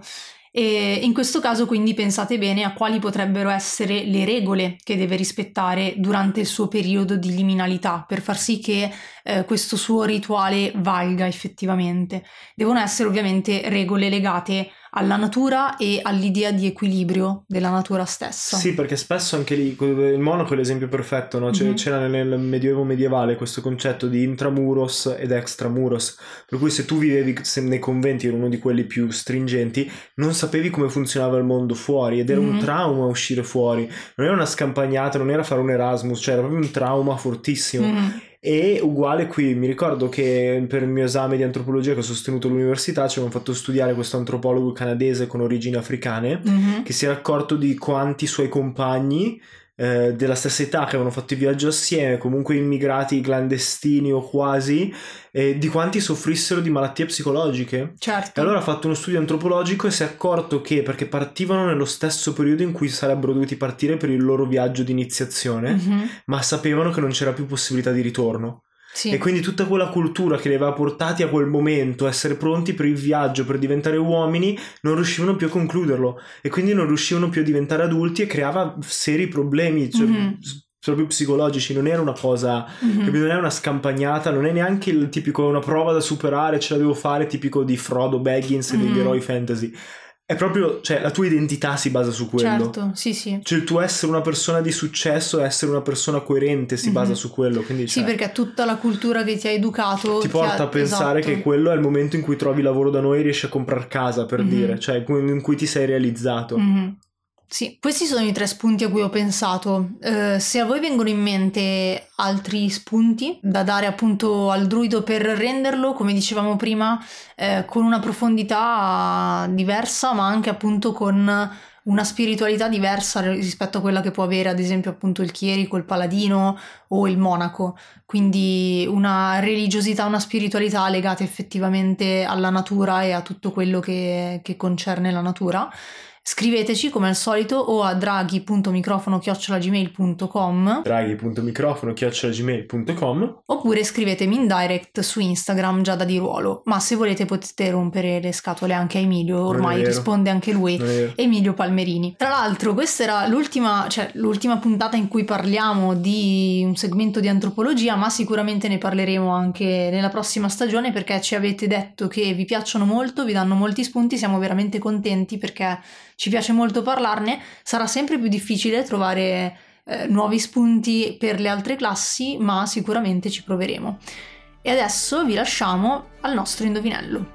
E in questo caso quindi pensate bene a quali potrebbero essere le regole che deve rispettare durante il suo periodo di liminalità per far sì che eh, questo suo rituale valga effettivamente. Devono essere ovviamente regole legate alla natura e all'idea di equilibrio della natura stessa. Sì, perché spesso anche lì il monaco è l'esempio perfetto, no? C'è, mm-hmm. C'era nel medioevo medievale questo concetto di intramuros ed extramuros, per cui se tu vivevi se nei conventi, eri uno di quelli più stringenti, non sapevi come funzionava il mondo fuori ed era mm-hmm. un trauma uscire fuori, non era una scampagnata, non era fare un Erasmus, cioè era proprio un trauma fortissimo. Mm-hmm. E uguale qui, mi ricordo che per il mio esame di antropologia che ho sostenuto all'università ci avevano fatto studiare questo antropologo canadese con origini africane, mm-hmm. che si era accorto di quanti suoi compagni eh, della stessa età che avevano fatto il viaggio assieme, comunque immigrati clandestini o quasi, eh, di quanti soffrissero di malattie psicologiche. Certo. E allora ha fatto uno studio antropologico e si è accorto che, perché partivano nello stesso periodo in cui sarebbero dovuti partire per il loro viaggio di iniziazione, mm-hmm. ma sapevano che non c'era più possibilità di ritorno. Sì. E quindi tutta quella cultura che li aveva portati a quel momento, essere pronti per il viaggio, per diventare uomini, non riuscivano più a concluderlo e quindi non riuscivano più a diventare adulti e creava seri problemi, cioè, mm-hmm. proprio psicologici. Non era una cosa, mm-hmm. capito? Non è una scampagnata, non è neanche il tipico una prova da superare, ce la devo fare, tipico di Frodo Baggins e mm-hmm. degli eroi fantasy. È proprio, cioè, la tua identità si basa su quello. Certo, sì, sì. Cioè il tuo essere una persona di successo, essere una persona coerente si mm-hmm. basa su quello. Quindi, sì, cioè, perché tutta la cultura che ti ha educato ti porta ti ha... a pensare esatto. che quello è il momento in cui trovi lavoro da noi e riesci a comprare casa, per mm-hmm. dire, cioè in cui ti sei realizzato. Mm-hmm. Sì, questi sono i tre spunti a cui ho pensato. Eh, se a voi vengono in mente altri spunti da dare appunto al druido per renderlo, come dicevamo prima, eh, con una profondità diversa, ma anche appunto con una spiritualità diversa rispetto a quella che può avere ad esempio appunto il chierico, il paladino o il monaco, quindi una religiosità, una spiritualità legate effettivamente alla natura e a tutto quello che, che concerne la natura. Scriveteci come al solito o a draghi punto microfono chiocciola gmail punto com draghi punto microfono chiocciola gmail punto com oppure scrivetemi in direct su Instagram Giada di Ruolo, ma se volete potete rompere le scatole anche a Emilio, ormai risponde anche lui, Emilio Palmerini. Tra l'altro questa era l'ultima, cioè l'ultima puntata in cui parliamo di un segmento di antropologia, ma sicuramente ne parleremo anche nella prossima stagione perché ci avete detto che vi piacciono molto, vi danno molti spunti, siamo veramente contenti perché ci piace molto parlarne. Sarà sempre più difficile trovare eh, nuovi spunti per le altre classi, ma sicuramente ci proveremo. E adesso vi lasciamo al nostro indovinello.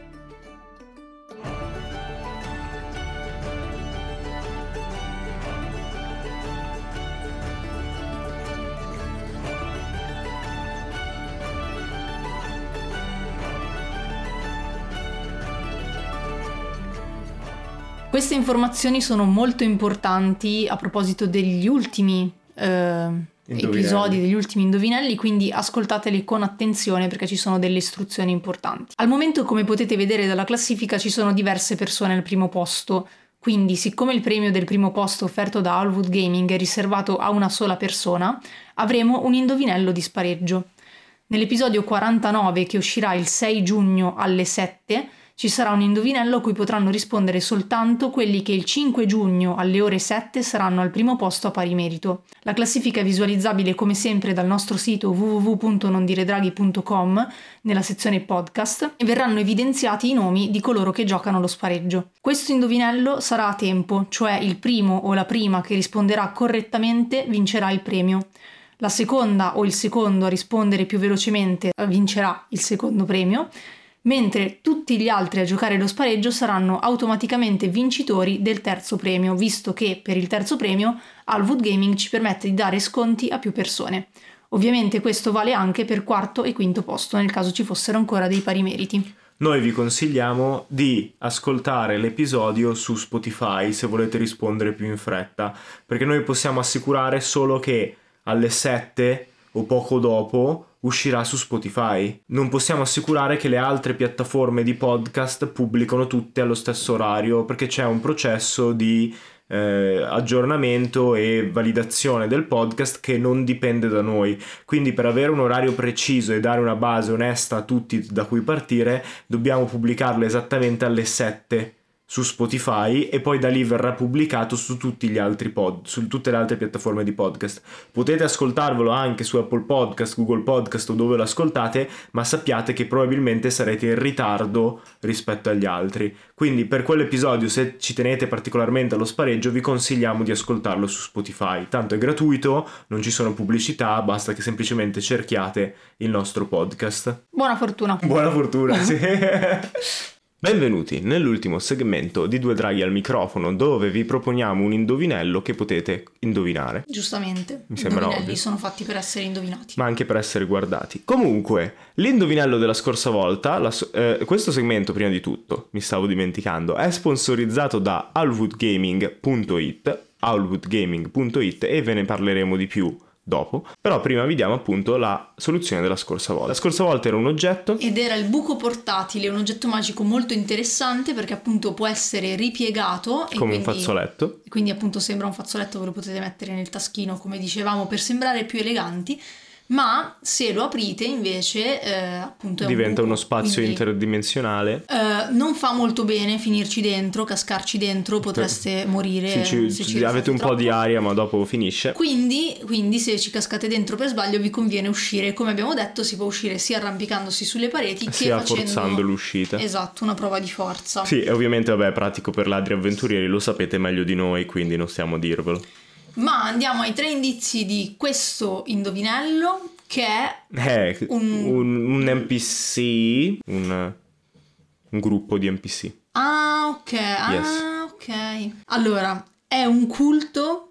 Queste informazioni sono molto importanti a proposito degli ultimi eh, episodi, degli ultimi indovinelli, quindi ascoltateli con attenzione perché ci sono delle istruzioni importanti. Al momento, come potete vedere dalla classifica, ci sono diverse persone al primo posto, quindi siccome il premio del primo posto offerto da Allwood Gaming è riservato a una sola persona, avremo un indovinello di spareggio. Nell'episodio quarantanove, che uscirà il sei giugno alle sette, ci sarà un indovinello a cui potranno rispondere soltanto quelli che il cinque giugno alle ore sette saranno al primo posto a pari merito. La classifica è visualizzabile come sempre dal nostro sito w w w punto non dire draghi punto com nella sezione podcast e verranno evidenziati i nomi di coloro che giocano lo spareggio. Questo indovinello sarà a tempo, cioè il primo o la prima che risponderà correttamente vincerà il premio. La seconda o il secondo a rispondere più velocemente vincerà il secondo premio, mentre tutti gli altri a giocare lo spareggio saranno automaticamente vincitori del terzo premio, visto che per il terzo premio Allwood Gaming ci permette di dare sconti a più persone. Ovviamente questo vale anche per quarto e quinto posto, nel caso ci fossero ancora dei pari meriti. Noi vi consigliamo di ascoltare l'episodio su Spotify se volete rispondere più in fretta, perché noi possiamo assicurare solo che alle sette o poco dopo uscirà su Spotify. Non possiamo assicurare che le altre piattaforme di podcast pubblicano tutte allo stesso orario, perché c'è un processo di eh, aggiornamento e validazione del podcast che non dipende da noi. Quindi per avere un orario preciso e dare una base onesta a tutti da cui partire, dobbiamo pubblicarlo esattamente alle sette su Spotify e poi da lì verrà pubblicato su tutti gli altri pod, su tutte le altre piattaforme di podcast. Potete ascoltarvelo anche su Apple Podcast, Google Podcast o dove lo ascoltate, ma sappiate che probabilmente sarete in ritardo rispetto agli altri. Quindi per quell'episodio, se ci tenete particolarmente allo spareggio, vi consigliamo di ascoltarlo su Spotify. Tanto è gratuito, non ci sono pubblicità, basta che semplicemente cerchiate il nostro podcast. Buona fortuna. Buona fortuna, sì. Benvenuti nell'ultimo segmento di Due Draghi al Microfono, dove vi proponiamo un indovinello che potete indovinare. Giustamente, mi sembra ovvio. Indovinelli sono fatti per essere indovinati, ma anche per essere guardati. Comunque, l'indovinello della scorsa volta, la, eh, questo segmento prima di tutto, mi stavo dimenticando, è sponsorizzato da allwood gaming punto it. owlwood gaming punto it e ve ne parleremo di più dopo. Però prima vi diamo appunto la soluzione della scorsa volta. La scorsa volta era un oggetto ed era il buco portatile, un oggetto magico molto interessante perché appunto può essere ripiegato e come quindi, un fazzoletto, quindi appunto sembra un fazzoletto, ve lo potete mettere nel taschino come dicevamo per sembrare più eleganti, ma se lo aprite invece eh, appunto è diventa un buco, uno spazio quindi, interdimensionale. eh, non fa molto bene finirci dentro, cascarci dentro, potreste morire sì, ci, se ci, ci avete un troppo. po' di aria ma dopo finisce. Quindi, quindi se ci cascate dentro per sbaglio vi conviene uscire. Come abbiamo detto, si può uscire sia arrampicandosi sulle pareti che sia facendo forzando l'uscita. Esatto, una prova di forza. Sì, e ovviamente vabbè è pratico per ladri avventurieri, lo sapete meglio di noi, quindi non stiamo a dirvelo. Ma andiamo ai tre indizi di questo indovinello, che è Eh, un... un, un N P C, un, un gruppo di N P C. Ah, ok, Yes. ah, ok. Allora, è un culto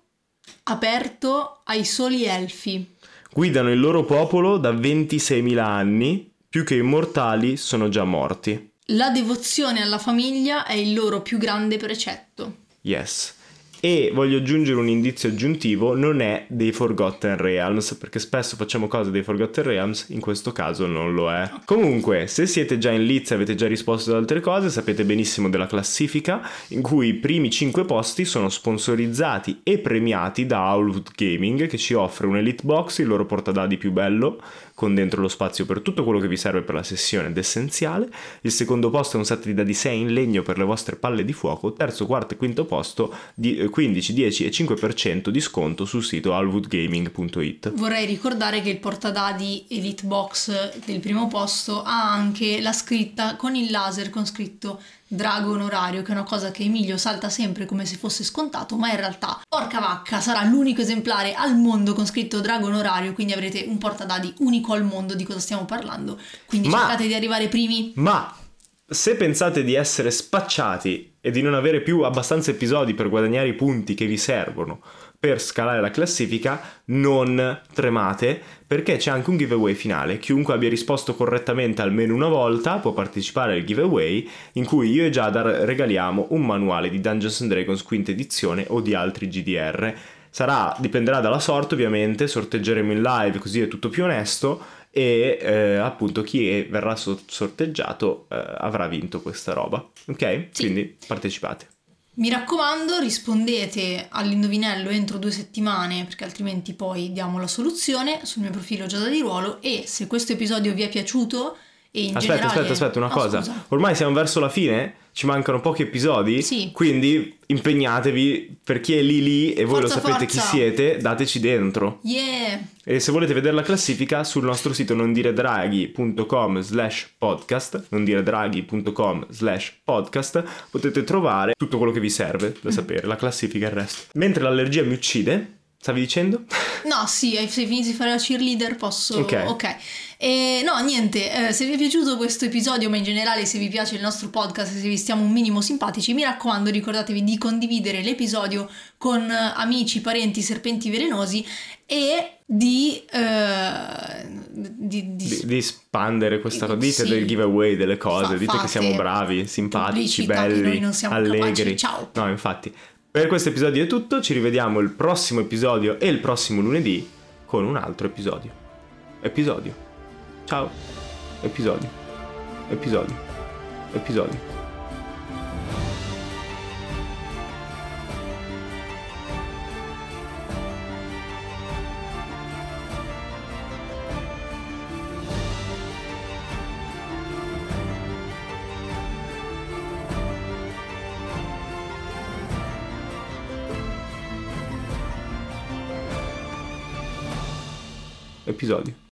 aperto ai soli elfi. Guidano il loro popolo da ventiseimila anni, più che immortali sono già morti. La devozione alla famiglia è il loro più grande precetto. Yes. E voglio aggiungere un indizio aggiuntivo, non è dei Forgotten Realms, perché spesso facciamo cose dei Forgotten Realms, in questo caso non lo è. Comunque, se siete già in lizza e avete già risposto ad altre cose, sapete benissimo della classifica, in cui i primi cinque posti sono sponsorizzati e premiati da Owlwood Gaming, che ci offre un Elite Box, il loro portadadi più bello, con dentro lo spazio per tutto quello che vi serve per la sessione ed essenziale. Il secondo posto è un set di dadi sei in legno per le vostre palle di fuoco. Terzo, quarto e quinto posto di quindici, dieci e cinque per cento di sconto sul sito owlwood gaming punto it. Vorrei ricordare che il portadadi Elite Box del primo posto ha anche la scritta con il laser con scritto Dragon Orario, che è una cosa che Emilio salta sempre come se fosse scontato, ma in realtà, porca vacca, sarà l'unico esemplare al mondo con scritto Dragon Orario, quindi avrete un portadadi unico al mondo. Di cosa stiamo parlando? Quindi Ma- cercate di arrivare primi. Ma se pensate di essere spacciati e di non avere più abbastanza episodi per guadagnare i punti che vi servono per scalare la classifica, non tremate, perché c'è anche un giveaway finale. Chiunque abbia risposto correttamente almeno una volta può partecipare al giveaway, in cui io e Jadar regaliamo un manuale di Dungeons and Dragons quinta edizione o di altri G D R. Sarà, dipenderà dalla sorte ovviamente, sorteggeremo in live, così è tutto più onesto, e eh, appunto chi verrà so- sorteggiato eh, avrà vinto questa roba, ok? Sì. Quindi partecipate. Mi raccomando, rispondete all'indovinello entro due settimane, perché altrimenti poi diamo la soluzione sul mio profilo Giada di Ruolo. E se questo episodio vi è piaciuto e in Aspetta, generale... aspetta, aspetta, una No, cosa. scusa. Ormai siamo verso la fine, ci mancano pochi episodi, Sì. quindi impegnatevi, per chi è lì lì e voi Forza, lo sapete forza. chi siete, dateci dentro. Yeah! E se volete vedere la classifica, sul nostro sito nondiredraghi punto com slash podcast, nondiredraghi punto com slash podcast, potete trovare tutto quello che vi serve da sapere, la classifica e il resto. Mentre l'allergia mi uccide, stavi dicendo? No, sì, se finissi di fare la cheerleader posso... Ok. Ok. E no, niente, eh, se vi è piaciuto questo episodio, ma in generale se vi piace il nostro podcast e se vi stiamo un minimo simpatici, mi raccomando, ricordatevi di condividere l'episodio con eh, amici, parenti, serpenti velenosi e di... eh, di, di- Di, di espandere questa roba, dite Sì. del giveaway, delle cose, Fa- dite che fate siamo bravi, simpatici, pubblicità che belli, noi non siamo allegri. capaci. Ciao. No, infatti. Per questo episodio è tutto, ci rivediamo il prossimo episodio e il prossimo lunedì con un altro episodio. Episodio. Ciao. Episodio. Episodio. Episodio. Episodio.